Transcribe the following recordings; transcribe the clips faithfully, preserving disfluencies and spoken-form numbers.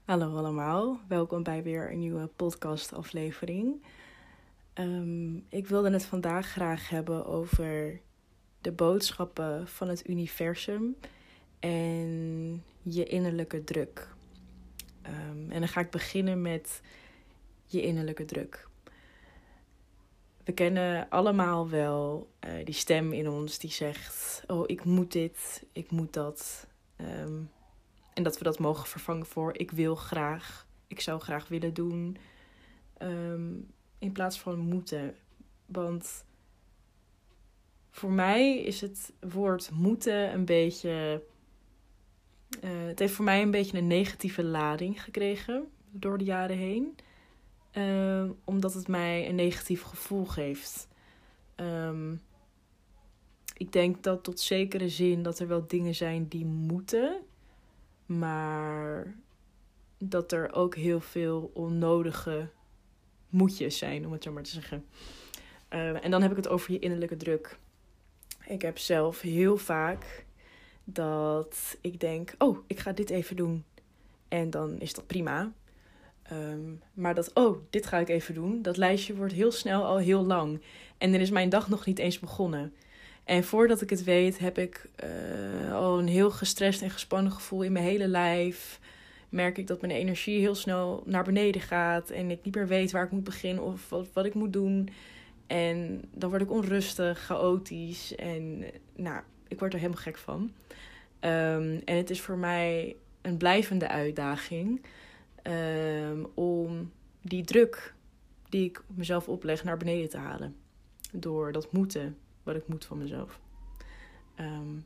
Hallo allemaal, welkom bij weer een nieuwe podcastaflevering. Um, ik wilde het vandaag graag hebben over de boodschappen van het universum en je innerlijke druk. Um, en dan ga ik beginnen met je innerlijke druk. We kennen allemaal wel uh, die stem in ons die zegt, oh ik moet dit, ik moet dat. Um, En dat we dat mogen vervangen voor ik wil graag, ik zou graag willen doen. Um, in plaats van moeten. Want voor mij is het woord moeten een beetje... Uh, het heeft voor mij een beetje een negatieve lading gekregen door de jaren heen. Uh, omdat het mij een negatief gevoel geeft. Um, ik denk dat tot zekere zin dat er wel dingen zijn die moeten... Maar dat er ook heel veel onnodige moetjes zijn, om het zo maar te zeggen. Uh, en dan heb ik het over je innerlijke druk. Ik heb zelf heel vaak dat ik denk, oh, ik ga dit even doen. En dan is dat prima. Um, maar dat, oh, dit ga ik even doen. Dat lijstje wordt heel snel al heel lang. En dan is mijn dag nog niet eens begonnen. En voordat ik het weet, heb ik uh, al een heel gestrest en gespannen gevoel in mijn hele lijf. Merk ik dat mijn energie heel snel naar beneden gaat. En ik niet meer weet waar ik moet beginnen of wat, wat ik moet doen. En dan word ik onrustig, chaotisch. En nou, ik word er helemaal gek van. Um, en het is voor mij een blijvende uitdaging. Um, om die druk die ik mezelf opleg naar beneden te halen. Door dat moeten. Wat ik moet van mezelf. Um,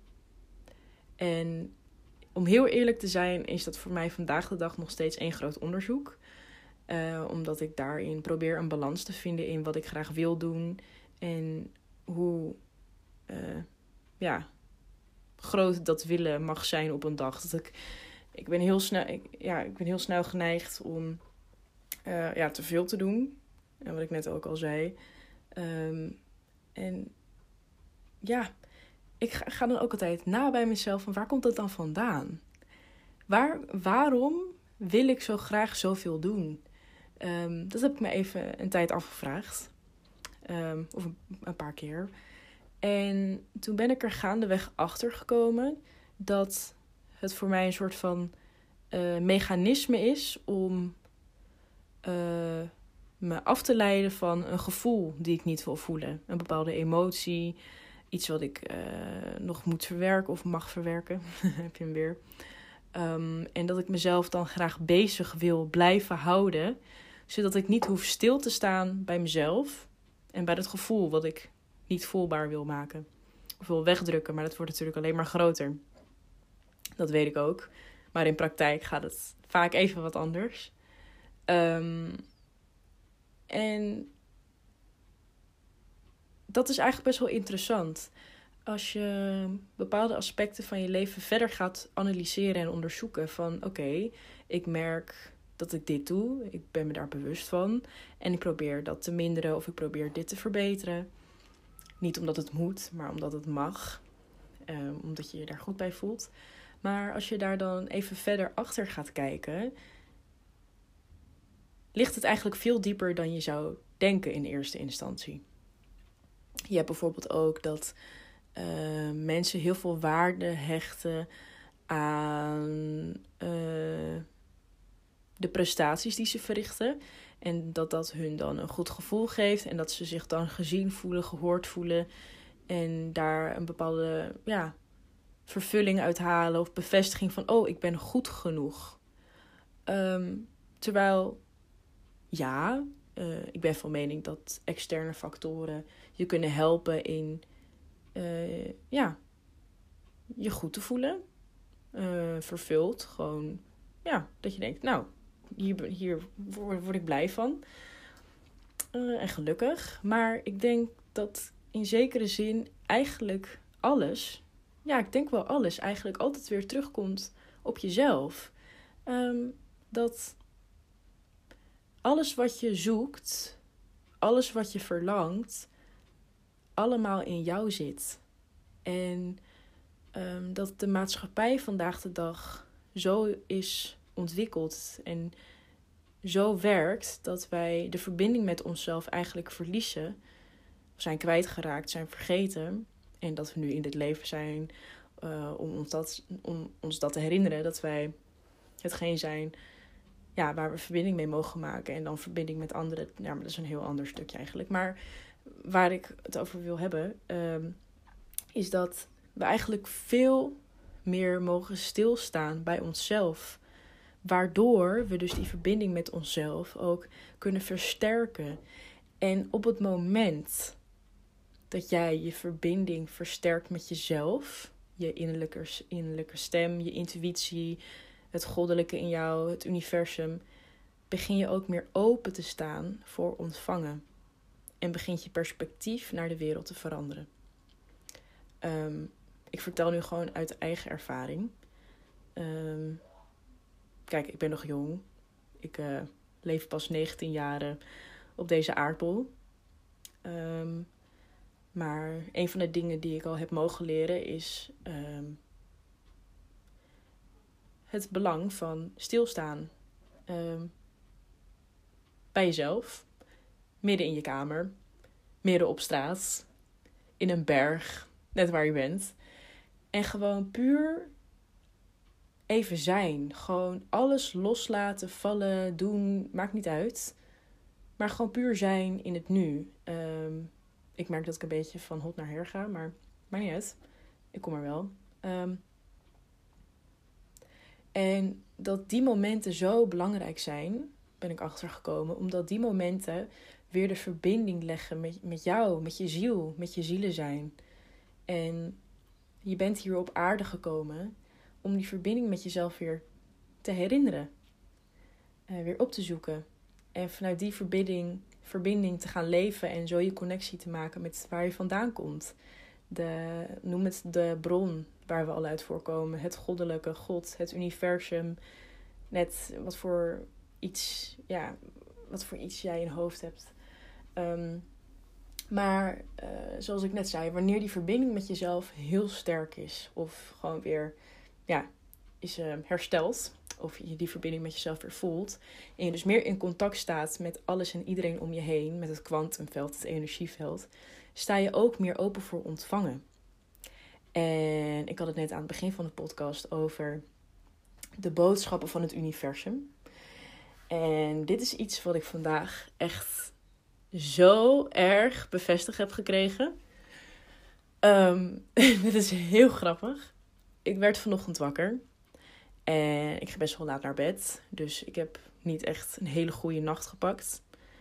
en om heel eerlijk te zijn, is dat voor mij vandaag de dag nog steeds één groot onderzoek. Uh, omdat ik daarin probeer een balans te vinden in wat ik graag wil doen. En hoe uh, ja, groot dat willen mag zijn op een dag. Dat ik, ik, ben heel snel, ik, ja, ik ben heel snel geneigd om uh, ja, te veel te doen. En wat ik net ook al zei. Um, En ja, ik ga, ga dan ook altijd na bij mezelf van waar komt dat dan vandaan? Waar, waarom wil ik zo graag zoveel doen? Um, dat heb ik me even een tijd afgevraagd. Um, of een, een paar keer. En toen ben ik er gaandeweg achter gekomen dat het voor mij een soort van uh, mechanisme is om uh, me af te leiden van een gevoel die ik niet wil voelen. Een bepaalde emotie, iets wat ik uh, nog moet verwerken of mag verwerken. Heb je hem weer. Um, en dat ik mezelf dan graag bezig wil blijven houden, zodat ik niet hoef stil te staan bij mezelf en bij dat gevoel wat ik niet voelbaar wil maken. Of wil wegdrukken, maar dat wordt natuurlijk alleen maar groter. Dat weet ik ook. Maar in praktijk gaat het vaak even wat anders. Um, en dat is eigenlijk best wel interessant. Als je bepaalde aspecten van je leven verder gaat analyseren en onderzoeken. Van oké, okay, ik merk dat ik dit doe. Ik ben me daar bewust van. En ik probeer dat te minderen of ik probeer dit te verbeteren. Niet omdat het moet, maar omdat het mag. Um, omdat je je daar goed bij voelt. Maar als je daar dan even verder achter gaat kijken, ligt het eigenlijk veel dieper dan je zou denken in eerste instantie. Je hebt bijvoorbeeld ook dat uh, mensen heel veel waarde hechten aan uh, de prestaties die ze verrichten. En dat dat hun dan een goed gevoel geeft. En dat ze zich dan gezien voelen, gehoord voelen. En daar een bepaalde ja, vervulling uithalen of bevestiging van, oh, ik ben goed genoeg. Um, terwijl, ja, uh, ik ben van mening dat externe factoren je kunnen helpen in uh, ja, je goed te voelen. Uh, vervuld, gewoon, ja, dat je denkt, nou, hier, hier word ik blij van. Uh, en gelukkig. Maar ik denk dat in zekere zin eigenlijk alles, ja, ik denk wel alles, eigenlijk altijd weer terugkomt op jezelf. Um, dat alles wat je zoekt, alles wat je verlangt, allemaal in jou zit. En um, dat de maatschappij vandaag de dag zo is ontwikkeld en zo werkt dat wij de verbinding met onszelf eigenlijk verliezen, zijn kwijtgeraakt, zijn vergeten. En dat we nu in dit leven zijn uh, om, ons dat, om ons dat te herinneren, dat wij hetgeen zijn ja, waar we verbinding mee mogen maken. En dan verbinding met anderen, ja, maar dat is een heel ander stukje eigenlijk. Maar waar ik het over wil hebben, um, is dat we eigenlijk veel meer mogen stilstaan bij onszelf. Waardoor we dus die verbinding met onszelf ook kunnen versterken. En op het moment dat jij je verbinding versterkt met jezelf, je innerlijke, innerlijke stem, je intuïtie, het goddelijke in jou, het universum, begin je ook meer open te staan voor ontvangen. En begint je perspectief naar de wereld te veranderen. Um, ik vertel nu gewoon uit eigen ervaring. Um, kijk, ik ben nog jong. Ik uh, leef pas negentien jaren op deze aardbol. Um, maar een van de dingen die ik al heb mogen leren is um, het belang van stilstaan. Um, bij jezelf. Midden in je kamer. Midden op straat. In een berg. Net waar je bent. En gewoon puur even zijn. Gewoon alles loslaten, vallen, doen. Maakt niet uit. Maar gewoon puur zijn in het nu. Um, ik merk dat ik een beetje van hot naar her ga. Maar maakt niet uit. Ik kom er wel. Um, en dat die momenten zo belangrijk zijn, ben ik achtergekomen. Omdat die momenten weer de verbinding leggen met, met jou, met je ziel, met je zielen zijn. En je bent hier op aarde gekomen om die verbinding met jezelf weer te herinneren. Uh, weer op te zoeken. En vanuit die verbinding, verbinding te gaan leven en zo je connectie te maken met waar je vandaan komt. De, noem het de bron waar we al uit voorkomen. Het goddelijke, God, het universum. Net wat voor iets, ja, wat voor iets jij in hoofd hebt. Um, maar uh, zoals ik net zei, wanneer die verbinding met jezelf heel sterk is. Of gewoon weer ja, is uh, hersteld. Of je die verbinding met jezelf weer voelt. En je dus meer in contact staat met alles en iedereen om je heen. Met het kwantumveld, het energieveld. Sta je ook meer open voor ontvangen. En ik had het net aan het begin van de podcast over de boodschappen van het universum. En dit is iets wat ik vandaag echt zo erg bevestigd heb gekregen. Um, dit is heel grappig. Ik werd vanochtend wakker. En ik ga best wel laat naar bed. Dus ik heb niet echt een hele goede nacht gepakt.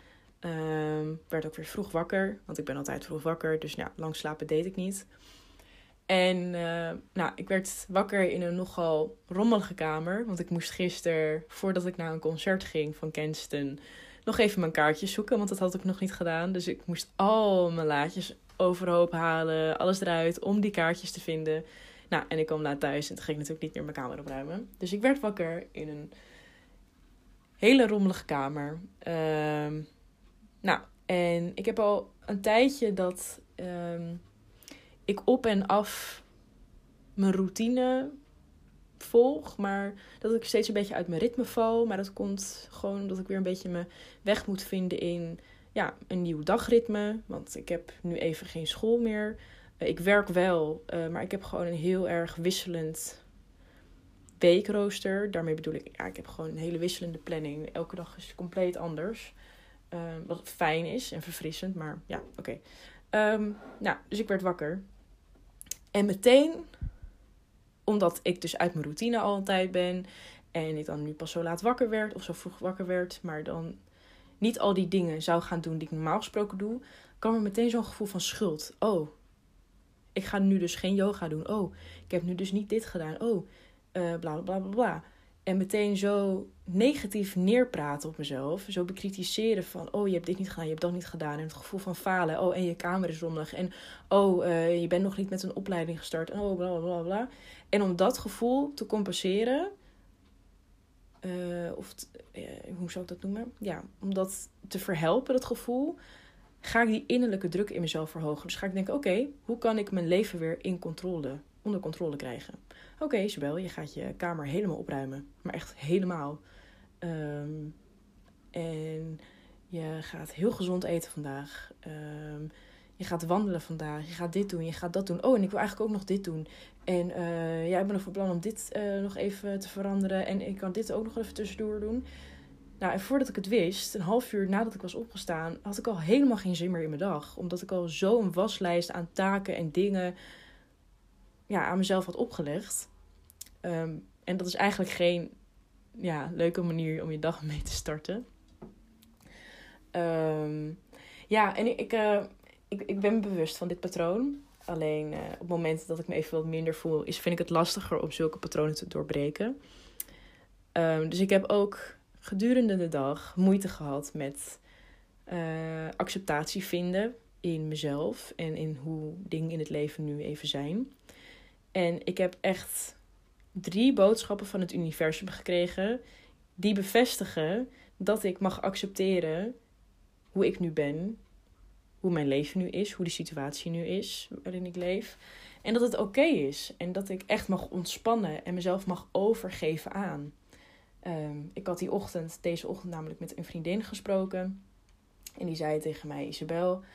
Um, werd ook weer vroeg wakker. Want ik ben altijd vroeg wakker. Dus ja, lang slapen deed ik niet. En uh, nou, ik werd wakker in een nogal rommelige kamer. Want ik moest gisteren, voordat ik naar een concert ging van Kenston, nog even mijn kaartjes zoeken. Want dat had ik nog niet gedaan. Dus ik moest al mijn laadjes overhoop halen. Alles eruit om die kaartjes te vinden. Nou, en ik kwam laat thuis en toen ging ik natuurlijk niet meer mijn kamer opruimen. Dus ik werd wakker in een hele rommelige kamer. Um, nou, en ik heb al een tijdje dat um, ik op en af mijn routine volg. Maar dat ik steeds een beetje uit mijn ritme val. Maar dat komt gewoon omdat ik weer een beetje mijn weg moet vinden in ja, een nieuw dagritme. Want ik heb nu even geen school meer. Ik werk wel, uh, maar ik heb gewoon een heel erg wisselend weekrooster. Daarmee bedoel ik, ja, ik heb gewoon een hele wisselende planning. Elke dag is compleet anders. Uh, wat fijn is en verfrissend, maar ja, oké. Okay. Um, nou, dus ik werd wakker. En meteen, omdat ik dus uit mijn routine al een tijd ben en ik dan nu pas zo laat wakker werd of zo vroeg wakker werd, maar dan niet al die dingen zou gaan doen die ik normaal gesproken doe, kwam er meteen zo'n gevoel van schuld. Oh, ik ga nu dus geen yoga doen. Oh, ik heb nu dus niet dit gedaan. Oh, uh, bla bla bla bla. En meteen zo negatief neerpraten op mezelf. Zo bekritiseren van, oh, je hebt dit niet gedaan, je hebt dat niet gedaan. En het gevoel van falen. Oh, en je kamer is rommelig. En oh, uh, je bent nog niet met een opleiding gestart. En oh, bla bla bla. En om dat gevoel te compenseren, uh, of t, uh, hoe zou ik dat noemen? Ja, om dat te verhelpen, dat gevoel, ga ik die innerlijke druk in mezelf verhogen. Dus ga ik denken, oké, okay, hoe kan ik mijn leven weer in controle onder controle krijgen. Oké, okay, Isabel, je gaat je kamer helemaal opruimen. Maar echt helemaal. Um, en je gaat heel gezond eten vandaag. Um, je gaat wandelen vandaag. Je gaat dit doen, je gaat dat doen. Oh, en ik wil eigenlijk ook nog dit doen. En uh, ja, ik ben nog van plan om dit uh, nog even te veranderen. En ik kan dit ook nog even tussendoor doen. Nou, en voordat ik het wist, een half uur nadat ik was opgestaan, had ik al helemaal geen zin meer in mijn dag. Omdat ik al zo'n waslijst aan taken en dingen ja, aan mezelf had opgelegd. Um, en dat is eigenlijk geen ja, leuke manier om je dag mee te starten. Um, ja, en ik, uh, ik, ik ben me bewust van dit patroon. Alleen uh, op het moment dat ik me even wat minder voel, is, vind ik het lastiger om zulke patronen te doorbreken. Um, dus ik heb ook gedurende de dag moeite gehad met uh, acceptatie vinden in mezelf en in hoe dingen in het leven nu even zijn. En ik heb echt drie boodschappen van het universum gekregen die bevestigen dat ik mag accepteren hoe ik nu ben, hoe mijn leven nu is, hoe de situatie nu is waarin ik leef. En dat het oké is en dat ik echt mag ontspannen en mezelf mag overgeven aan. Um, ik had die ochtend, deze ochtend namelijk met een vriendin gesproken. En die zei tegen mij, Isabel,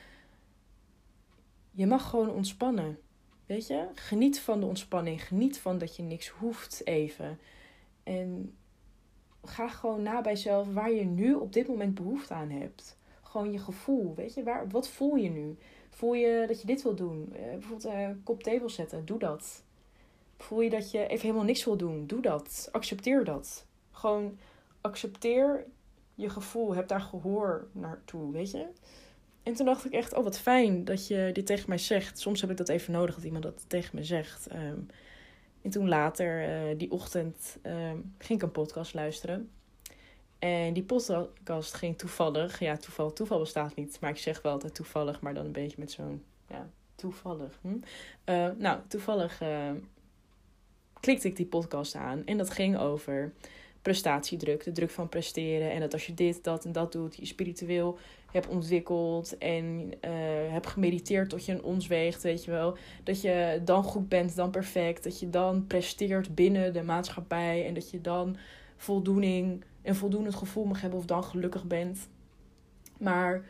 je mag gewoon ontspannen. Weet je, geniet van de ontspanning. Geniet van dat je niks hoeft even. En ga gewoon na bij jezelf waar je nu op dit moment behoefte aan hebt. Gewoon je gevoel, weet je, waar, wat voel je nu? Voel je dat je dit wil doen? Uh, bijvoorbeeld uh, een kop thee wil zetten, doe dat. Voel je dat je even helemaal niks wil doen, doe dat. Accepteer dat. Gewoon accepteer je gevoel, heb daar gehoor naartoe, weet je. En toen dacht ik echt, oh wat fijn dat je dit tegen mij zegt. Soms heb ik dat even nodig dat iemand dat tegen me zegt. Um, en toen later, uh, die ochtend, um, ging ik een podcast luisteren. En die podcast ging toevallig, ja toeval, toeval bestaat niet. Maar ik zeg wel altijd toevallig, maar dan een beetje met zo'n, ja, toevallig. Hm? Uh, nou, toevallig uh, klikte ik die podcast aan en dat ging over prestatiedruk, de druk van presteren. En dat als je dit, dat en dat doet, je spiritueel hebt ontwikkeld en uh, hebt gemediteerd tot je een ons weegt, weet je wel. Dat je dan goed bent, dan perfect. Dat je dan presteert binnen de maatschappij en dat je dan voldoening, een voldoende gevoel mag hebben of dan gelukkig bent. Maar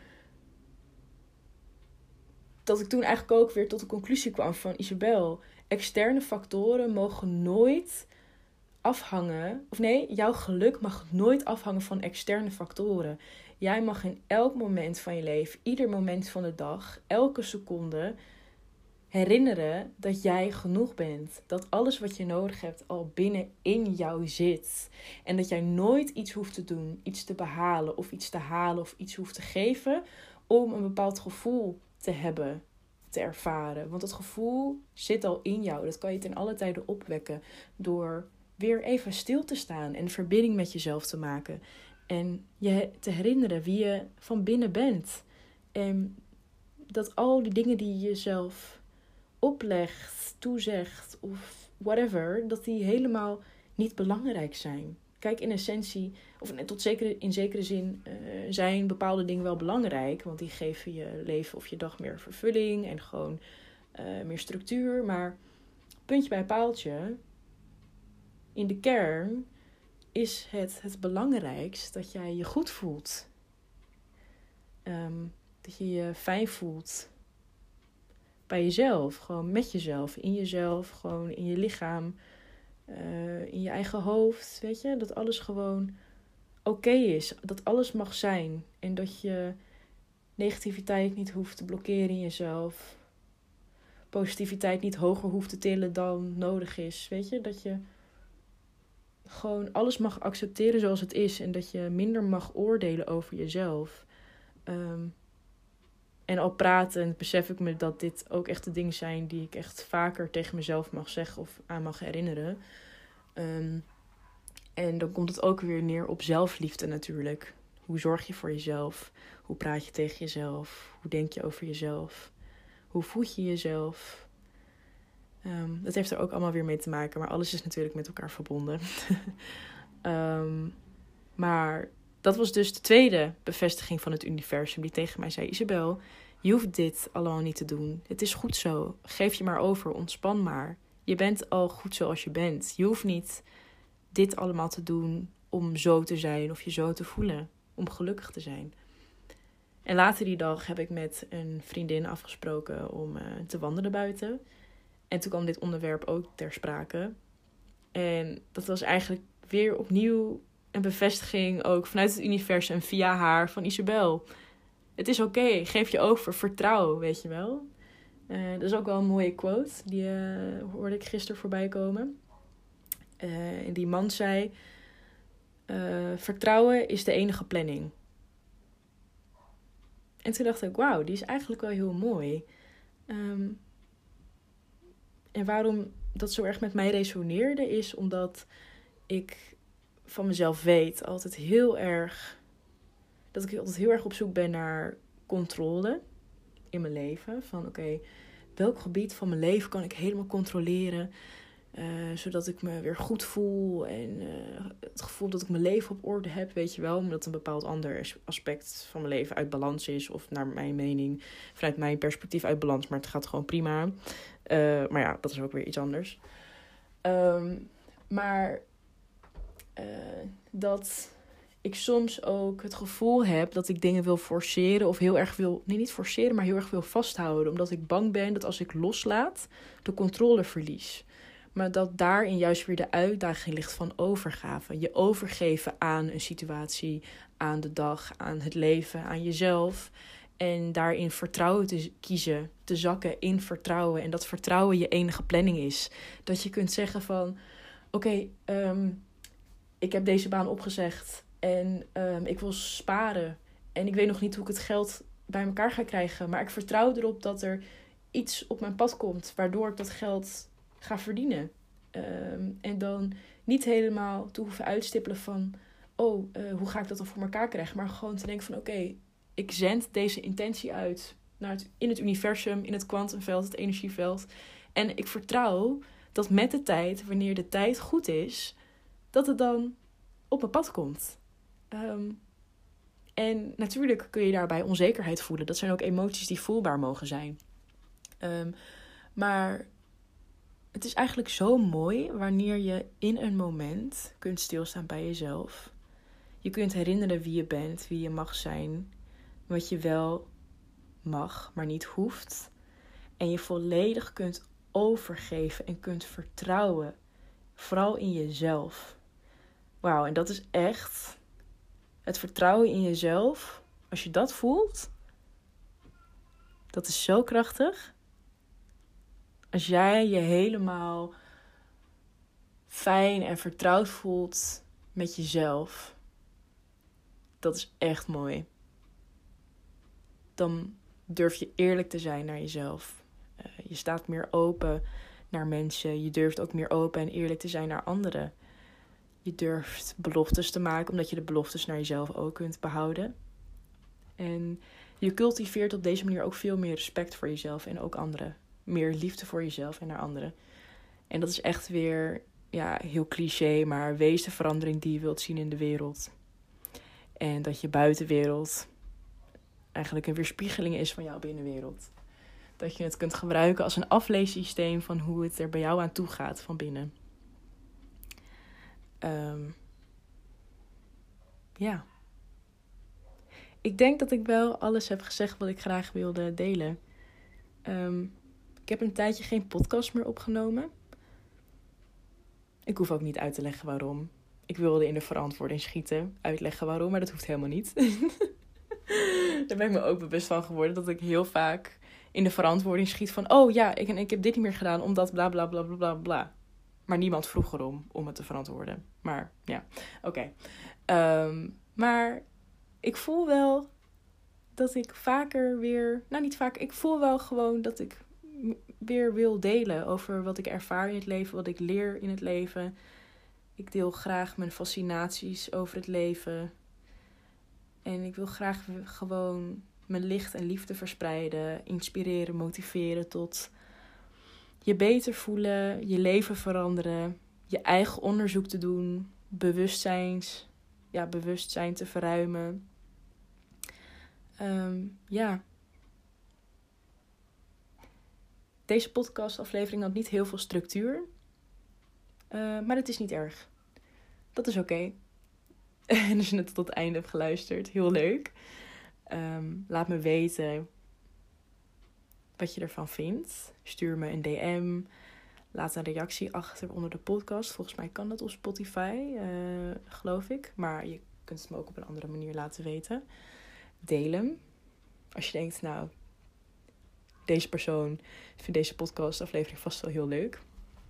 dat ik toen eigenlijk ook weer tot de conclusie kwam van Isabel, externe factoren mogen nooit afhangen, of nee, jouw geluk mag nooit afhangen van externe factoren. Jij mag in elk moment van je leven, ieder moment van de dag, elke seconde herinneren dat jij genoeg bent. Dat alles wat je nodig hebt al binnen in jou zit. En dat jij nooit iets hoeft te doen, iets te behalen of iets te halen of iets hoeft te geven om een bepaald gevoel te hebben, te ervaren. Want dat gevoel zit al in jou. Dat kan je ten alle tijde opwekken door weer even stil te staan en verbinding met jezelf te maken. En je te herinneren wie je van binnen bent. En dat al die dingen die je jezelf oplegt, toezegt of whatever, dat die helemaal niet belangrijk zijn. Kijk, in essentie, of tot zekere, in zekere zin uh, zijn bepaalde dingen wel belangrijk. Want die geven je leven of je dag meer vervulling en gewoon uh, meer structuur. Maar puntje bij paaltje, in de kern is het het belangrijkst dat jij je goed voelt. Um, dat je je fijn voelt bij jezelf. Gewoon met jezelf, in jezelf, gewoon in je lichaam, uh, in je eigen hoofd. Weet je, dat alles gewoon oké is. Dat alles mag zijn. En dat je negativiteit niet hoeft te blokkeren in jezelf. Positiviteit niet hoger hoeft te tillen dan nodig is. Weet je, dat je gewoon alles mag accepteren zoals het is. En dat je minder mag oordelen over jezelf. Um, en al pratend besef ik me dat dit ook echt de dingen zijn die ik echt vaker tegen mezelf mag zeggen of aan mag herinneren. Um, en dan komt het ook weer neer op zelfliefde natuurlijk. Hoe zorg je voor jezelf? Hoe praat je tegen jezelf? Hoe denk je over jezelf? Hoe voed je jezelf? Um, dat heeft er ook allemaal weer mee te maken. Maar alles is natuurlijk met elkaar verbonden. um, maar dat was dus de tweede bevestiging van het universum. Die tegen mij zei, Isabel, je hoeft dit allemaal niet te doen. Het is goed zo. Geef je maar over. Ontspan maar. Je bent al goed zoals je bent. Je hoeft niet dit allemaal te doen om zo te zijn of je zo te voelen. Om gelukkig te zijn. En later die dag heb ik met een vriendin afgesproken om uh, te wandelen buiten. En toen kwam dit onderwerp ook ter sprake. En dat was eigenlijk weer opnieuw een bevestiging ook vanuit het universum via haar van Isabel. Het is oké, okay, geef je over, vertrouw, weet je wel. Uh, dat is ook wel een mooie quote, die uh, hoorde ik gisteren voorbij komen. Uh, en die man zei, uh, vertrouwen is de enige planning. En toen dacht ik, wauw, die is eigenlijk wel heel mooi. Um, en waarom dat zo erg met mij resoneerde is omdat ik van mezelf weet altijd heel erg... dat ik altijd heel erg op zoek ben naar controle in mijn leven. Van oké, okay, welk gebied van mijn leven kan ik helemaal controleren... Uh, zodat ik me weer goed voel en uh, het gevoel dat ik mijn leven op orde heb, weet je wel. Omdat een bepaald ander aspect van mijn leven uit balans is. Of naar mijn mening, vanuit mijn perspectief uit balans. Maar het gaat gewoon prima. Uh, maar ja, dat is ook weer iets anders. Um, maar uh, dat ik soms ook het gevoel heb dat ik dingen wil forceren. Of heel erg wil, nee niet forceren, maar heel erg wil vasthouden. Omdat ik bang ben dat als ik loslaat, de controle verlies. Maar dat daarin juist weer de uitdaging ligt van overgave. Je overgeven aan een situatie, aan de dag, aan het leven, aan jezelf. En daarin vertrouwen te kiezen, te zakken in vertrouwen. En dat vertrouwen je enige planning is. Dat je kunt zeggen van, oké, okay, um, ik heb deze baan opgezegd en um, ik wil sparen. En ik weet nog niet hoe ik het geld bij elkaar ga krijgen. Maar ik vertrouw erop dat er iets op mijn pad komt waardoor ik dat geld ga verdienen. Um, en dan niet helemaal te hoeven uitstippelen van... oh, uh, hoe ga ik dat dan voor elkaar krijgen? Maar gewoon te denken van... oké, okay, ik zend deze intentie uit naar het, in het universum, in het kwantumveld, het energieveld. En ik vertrouw dat met de tijd, wanneer de tijd goed is... dat het dan op mijn pad komt. Um, en natuurlijk kun je daarbij onzekerheid voelen. Dat zijn ook emoties die voelbaar mogen zijn. Um, maar... Het is eigenlijk zo mooi wanneer je in een moment kunt stilstaan bij jezelf. Je kunt herinneren wie je bent, wie je mag zijn. Wat je wel mag, maar niet hoeft. En je volledig kunt overgeven en kunt vertrouwen. Vooral in jezelf. Wauw, en dat is echt... Het vertrouwen in jezelf, als je dat voelt... dat is zo krachtig... Als jij je helemaal fijn en vertrouwd voelt met jezelf. Dat is echt mooi. Dan durf je eerlijk te zijn naar jezelf. Uh, je staat meer open naar mensen. Je durft ook meer open en eerlijk te zijn naar anderen. Je durft beloftes te maken, omdat je de beloftes naar jezelf ook kunt behouden. En je cultiveert op deze manier ook veel meer respect voor jezelf en ook anderen. Meer liefde voor jezelf en naar anderen. En dat is echt weer ja, heel cliché, maar wees de verandering die je wilt zien in de wereld. En dat je buitenwereld eigenlijk een weerspiegeling is van jouw binnenwereld. Dat je het kunt gebruiken als een afleessysteem van hoe het er bij jou aan toe gaat van binnen. Um, ja. Ik denk dat ik wel alles heb gezegd wat ik graag wilde delen. Um, ik heb een tijdje geen podcast meer opgenomen. Ik hoef ook niet uit te leggen waarom. Ik wilde in de verantwoording schieten, uitleggen waarom, maar dat hoeft helemaal niet. Daar ben ik me ook bewust van geworden, dat ik heel vaak in de verantwoording schiet van... oh ja, ik, ik heb dit niet meer gedaan, omdat bla bla bla bla bla bla. Maar niemand vroeg erom om het te verantwoorden. Maar ja, oké. Okay. Um, maar ik voel wel dat ik vaker weer... Nou, niet vaak. Ik voel wel gewoon dat ik weer wil delen over wat ik ervaar in het leven, wat ik leer in het leven. Ik deel graag mijn fascinaties over het leven. En ik wil graag gewoon mijn licht en liefde verspreiden, inspireren, motiveren tot je beter voelen, je leven veranderen, je eigen onderzoek te doen, bewustzijns, ja, bewustzijn te verruimen. Um, ja. Deze podcastaflevering had niet heel veel structuur. Uh, maar dat is niet erg. Dat is oké. Okay. En als je het tot het einde hebt geluisterd, heel leuk. Um, laat me weten wat je ervan vindt. Stuur me een D M. Laat een reactie achter onder de podcast. Volgens mij kan dat op Spotify, uh, geloof ik. Maar je kunt het me ook op een andere manier laten weten. Deel hem. Als je denkt, nou, deze persoon vindt deze podcastaflevering vast wel heel leuk.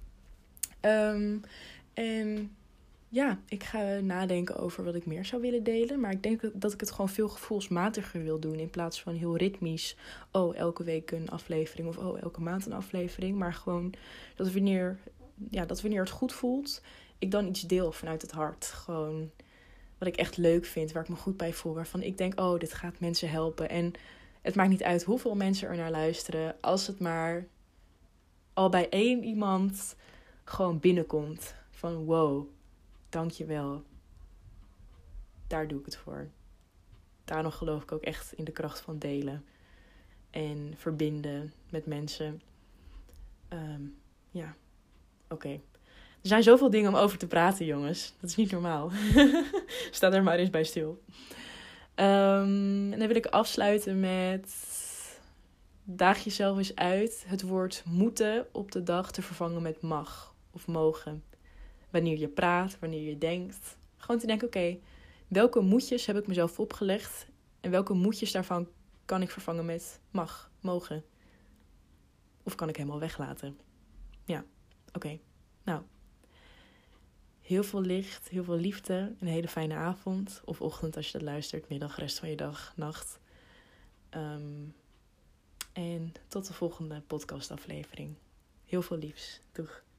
Um, en ja, ik ga nadenken over wat ik meer zou willen delen. Maar ik denk dat ik het gewoon veel gevoelsmatiger wil doen. In plaats van heel ritmisch. Oh, elke week een aflevering. Of oh, elke maand een aflevering. Maar gewoon dat wanneer, ja, dat wanneer het goed voelt, ik dan iets deel vanuit het hart. Gewoon wat ik echt leuk vind. Waar ik me goed bij voel. Waarvan ik denk, oh, dit gaat mensen helpen. En het maakt niet uit hoeveel mensen er naar luisteren. Als het maar al bij één iemand gewoon binnenkomt. Van wow, dankjewel. Daar doe ik het voor. Daarom geloof ik ook echt in de kracht van delen. En verbinden met mensen. Um, ja, oké. Okay. Er zijn zoveel dingen om over te praten, jongens. Dat is niet normaal. Sta er maar eens bij stil. Um, en dan wil ik afsluiten met: daag jezelf eens uit het woord moeten op de dag te vervangen met mag of mogen. Wanneer je praat, wanneer je denkt. Gewoon te denken, oké, okay, welke moetjes heb ik mezelf opgelegd? En welke moetjes daarvan kan ik vervangen met mag, mogen? Of kan ik helemaal weglaten? Ja, oké. Okay. Nou, heel veel licht, heel veel liefde. Een hele fijne avond of ochtend als je dat luistert. Middag, rest van je dag, nacht. Um, en tot de volgende podcastaflevering. Heel veel liefs. Doeg.